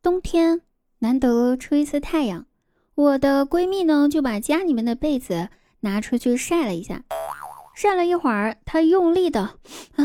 冬天难得出一次太阳，我的闺蜜呢就把家里面的被子拿出去晒了一下，晒了一会儿，她用力的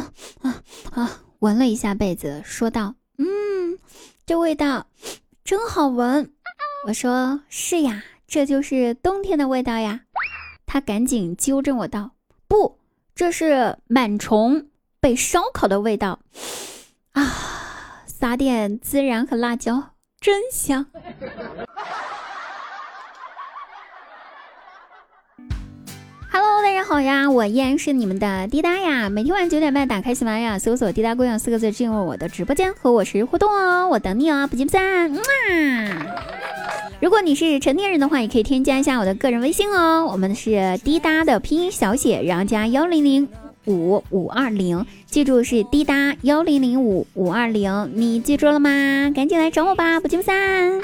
闻了一下被子，说道：这味道真好闻。我说是呀，这就是冬天的味道呀。她赶紧纠正我道：不，这是螨虫被烧烤的味道啊，撒点孜然和辣椒真香。Hello， 大家好呀，我依然是你们的滴答呀。每天晚上9点半打开喜马拉雅，搜索滴答姑娘4个字进入我的直播间，和我实时互动哦，我等你哦，不见不散。如果你是成年人的话，也可以添加一下我的个人微信哦，我们是滴答的拼音小写，然后加1005-520，记住是滴答1005-520，你记住了吗？赶紧来找我吧，不见不散。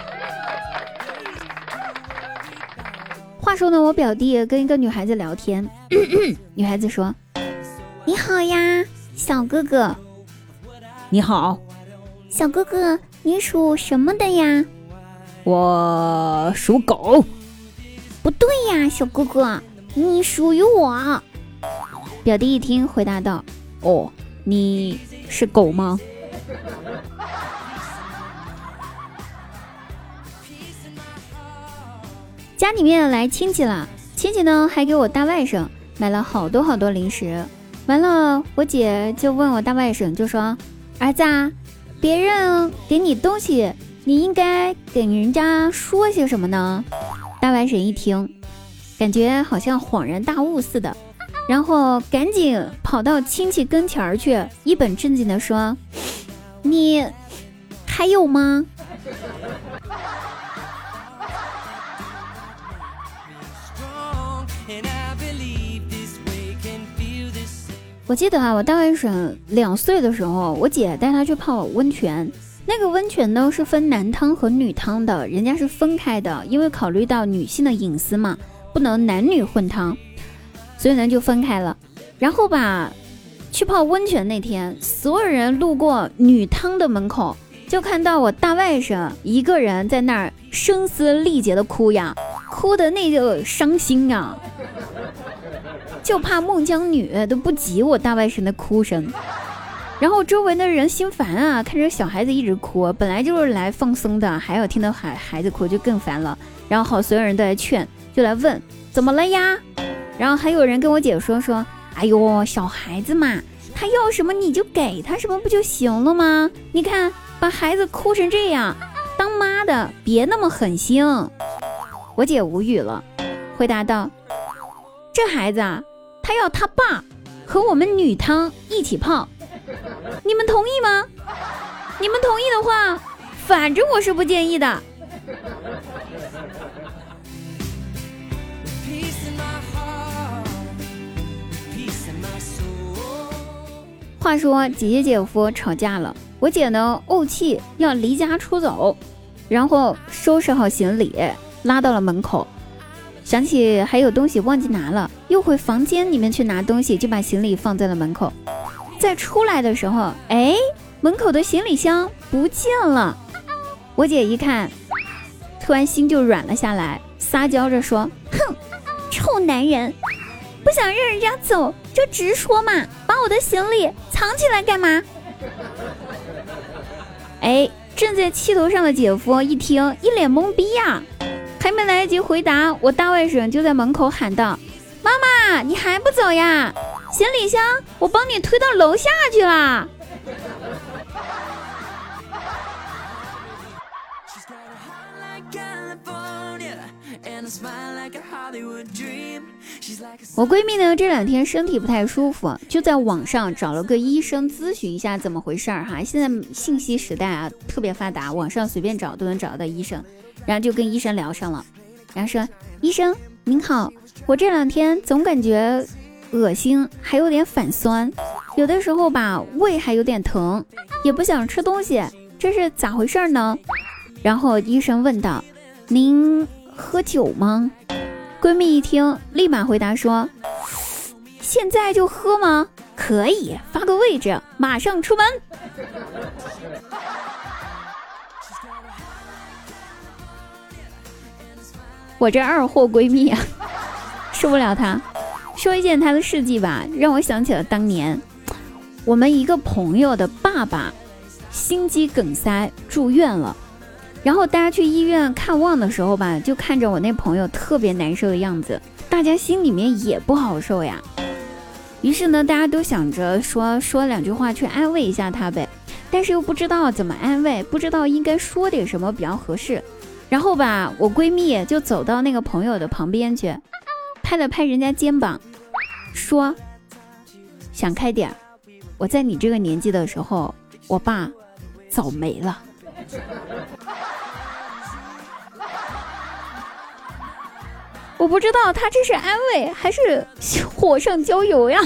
话说呢，我表弟跟一个女孩子聊天，女孩子说：你好呀，小哥哥。 你好， 小哥哥，你属什么的呀？ 我属狗。 不对呀，小哥哥，你属于我。表弟一听回答道： 哦，你是狗吗？ 家里面来亲戚了，亲戚呢还给我大外甥买了好多零食。完了，我姐就问我大外甥，就说：儿子啊，别人给你东西，你应该给人家说些什么呢？大外甥一听，感觉好像恍然大悟似的，然后赶紧跑到亲戚跟前儿去，一本正经的说：你还有吗？我记得啊，我大外甥2岁的时候，我姐带他去泡温泉。那个温泉呢是分男汤和女汤的，人家是分开的，因为考虑到女性的隐私嘛，不能男女混汤，所以呢就分开了。然后吧，去泡温泉那天，所有人路过女汤的门口，就看到我大外甥一个人在那儿声嘶力竭的哭呀，哭的那个伤心啊，就怕孟姜女都不及我大外甥的哭声。然后周围的人心烦啊，看着小孩子一直哭，本来就是来放松的，还要听到孩子哭就更烦了。然后好，所有人都来劝，就来问怎么了呀？然后还有人跟我姐说，哎呦，小孩子嘛，他要什么你就给他什么不就行了吗？你看把孩子哭成这样，当妈的别那么狠心。我姐无语了，回答道：这孩子啊，他要他爸和我们女汤一起泡，你们同意吗？你们同意的话，反正我是不建议的。话说姐姐姐夫吵架了，我姐呢怄气要离家出走，然后收拾好行李拉到了门口，想起还有东西忘记拿了，又回房间里面去拿东西，就把行李放在了门口。再出来的时候，门口的行李箱不见了。我姐一看，突然心就软了下来，撒娇着说：哼，臭男人，不想让人家走就直说嘛，把我的行李藏起来干嘛？正在气头上的姐夫一听，一脸懵逼呀，还没来得及回答，我大外甥就在门口喊道：妈妈，你还不走呀？行李箱我帮你推到楼下去了。我闺蜜呢这2天身体不太舒服，就在网上找了个医生咨询一下怎么回事哈。现在信息时代啊特别发达，网上随便找都能找到医生，然后就跟医生聊上了，然后说：医生您好，我这2天总感觉恶心，还有点反酸，有的时候吧胃还有点疼，也不想吃东西，这是咋回事呢？然后医生问道：您喝酒吗？闺蜜一听立马回答说：现在就喝吗？可以，发个位置，马上出门。 我这二货闺蜜啊，受不了她。说一件她的事迹吧，让我想起了当年我们一个朋友的爸爸心肌梗塞住院了，然后大家去医院看望的时候吧，就看着我那朋友特别难受的样子，大家心里面也不好受呀。于是呢，大家都想着说两句话去安慰一下他呗，但是又不知道怎么安慰，不知道应该说点什么比较合适。然后吧，我闺蜜就走到那个朋友的旁边去，拍了拍人家肩膀，说：想开点，我在你这个年纪的时候，我爸早没了。我不知道他这是安慰还是火上浇油呀。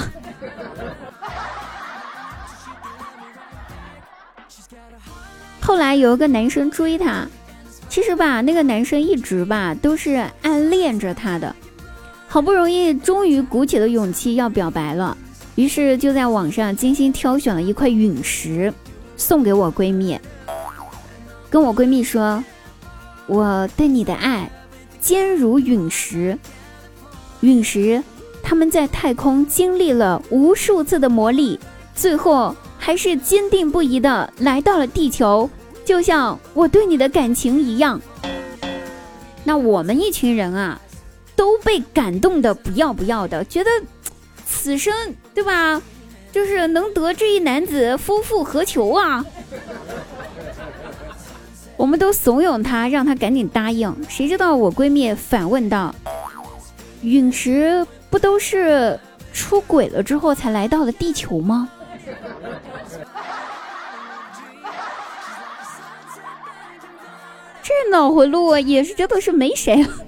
后来有一个男生追她，其实吧，那个男生一直吧都是暗恋着她的，好不容易终于鼓起了勇气要表白了，于是就在网上精心挑选了一块陨石送给我闺蜜，跟我闺蜜说：我对你的爱坚如陨石。陨石他们在太空经历了无数次的磨砺，最后还是坚定不移的来到了地球，就像我对你的感情一样。那我们一群人啊都被感动的不要不要的，觉得此生对吧，就是能得这一男子夫复何求啊。我们都怂恿他，让他赶紧答应。谁知道我闺蜜反问道：陨石不都是出轨了之后才来到了地球吗？这脑回路啊，也是真的是没谁了。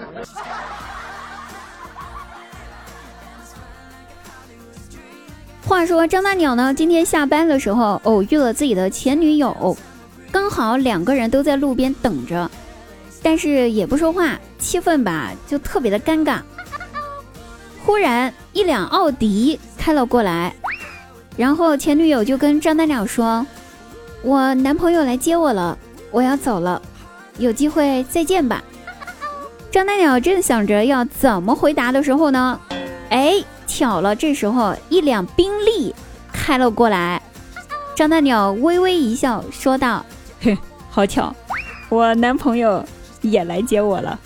话说张大鸟呢，今天下班的时候偶遇了自己的前女友，刚好两个人都在路边等着，但是也不说话，气氛吧就特别的尴尬。忽然一辆奥迪开了过来，然后前女友就跟张大鸟说：我男朋友来接我了，我要走了，有机会再见吧。张大鸟正想着要怎么回答的时候呢，巧了，这时候一辆宾利开了过来。张大鸟微微一笑说道： 好巧，我男朋友也来接我了。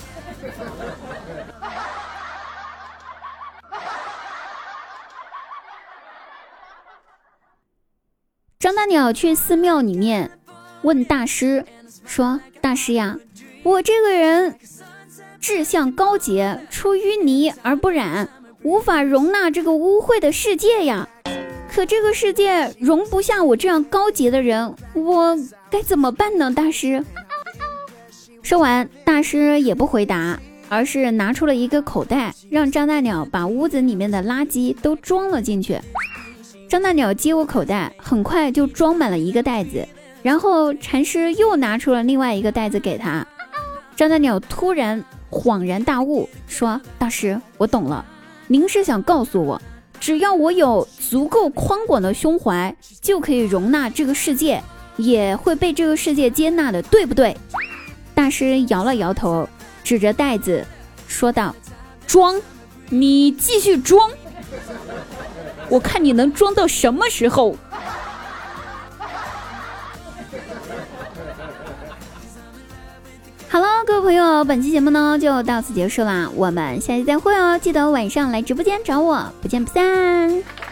张大鸟去寺庙里面问大师说：大师呀，我这个人志向高洁，出淤泥而不染，无法容纳这个污秽的世界呀，可这个世界容不下我这样高洁的人，我该怎么办呢？大师。说完，大师也不回答，而是拿出了一个口袋，让张大鸟把屋子里面的垃圾都装了进去。张大鸟接过口袋，很快就装满了一个袋子，然后禅师又拿出了另外一个袋子给他。张大鸟突然恍然大悟，说：大师，我懂了，您是想告诉我，只要我有足够宽广的胸怀，就可以容纳这个世界，也会被这个世界接纳的，对不对？大师摇了摇头，指着袋子说道：装，你继续装，我看你能装到什么时候。好了，各位朋友，本期节目呢就到此结束啦，我们下期再会哦！记得晚上来直播间找我，不见不散。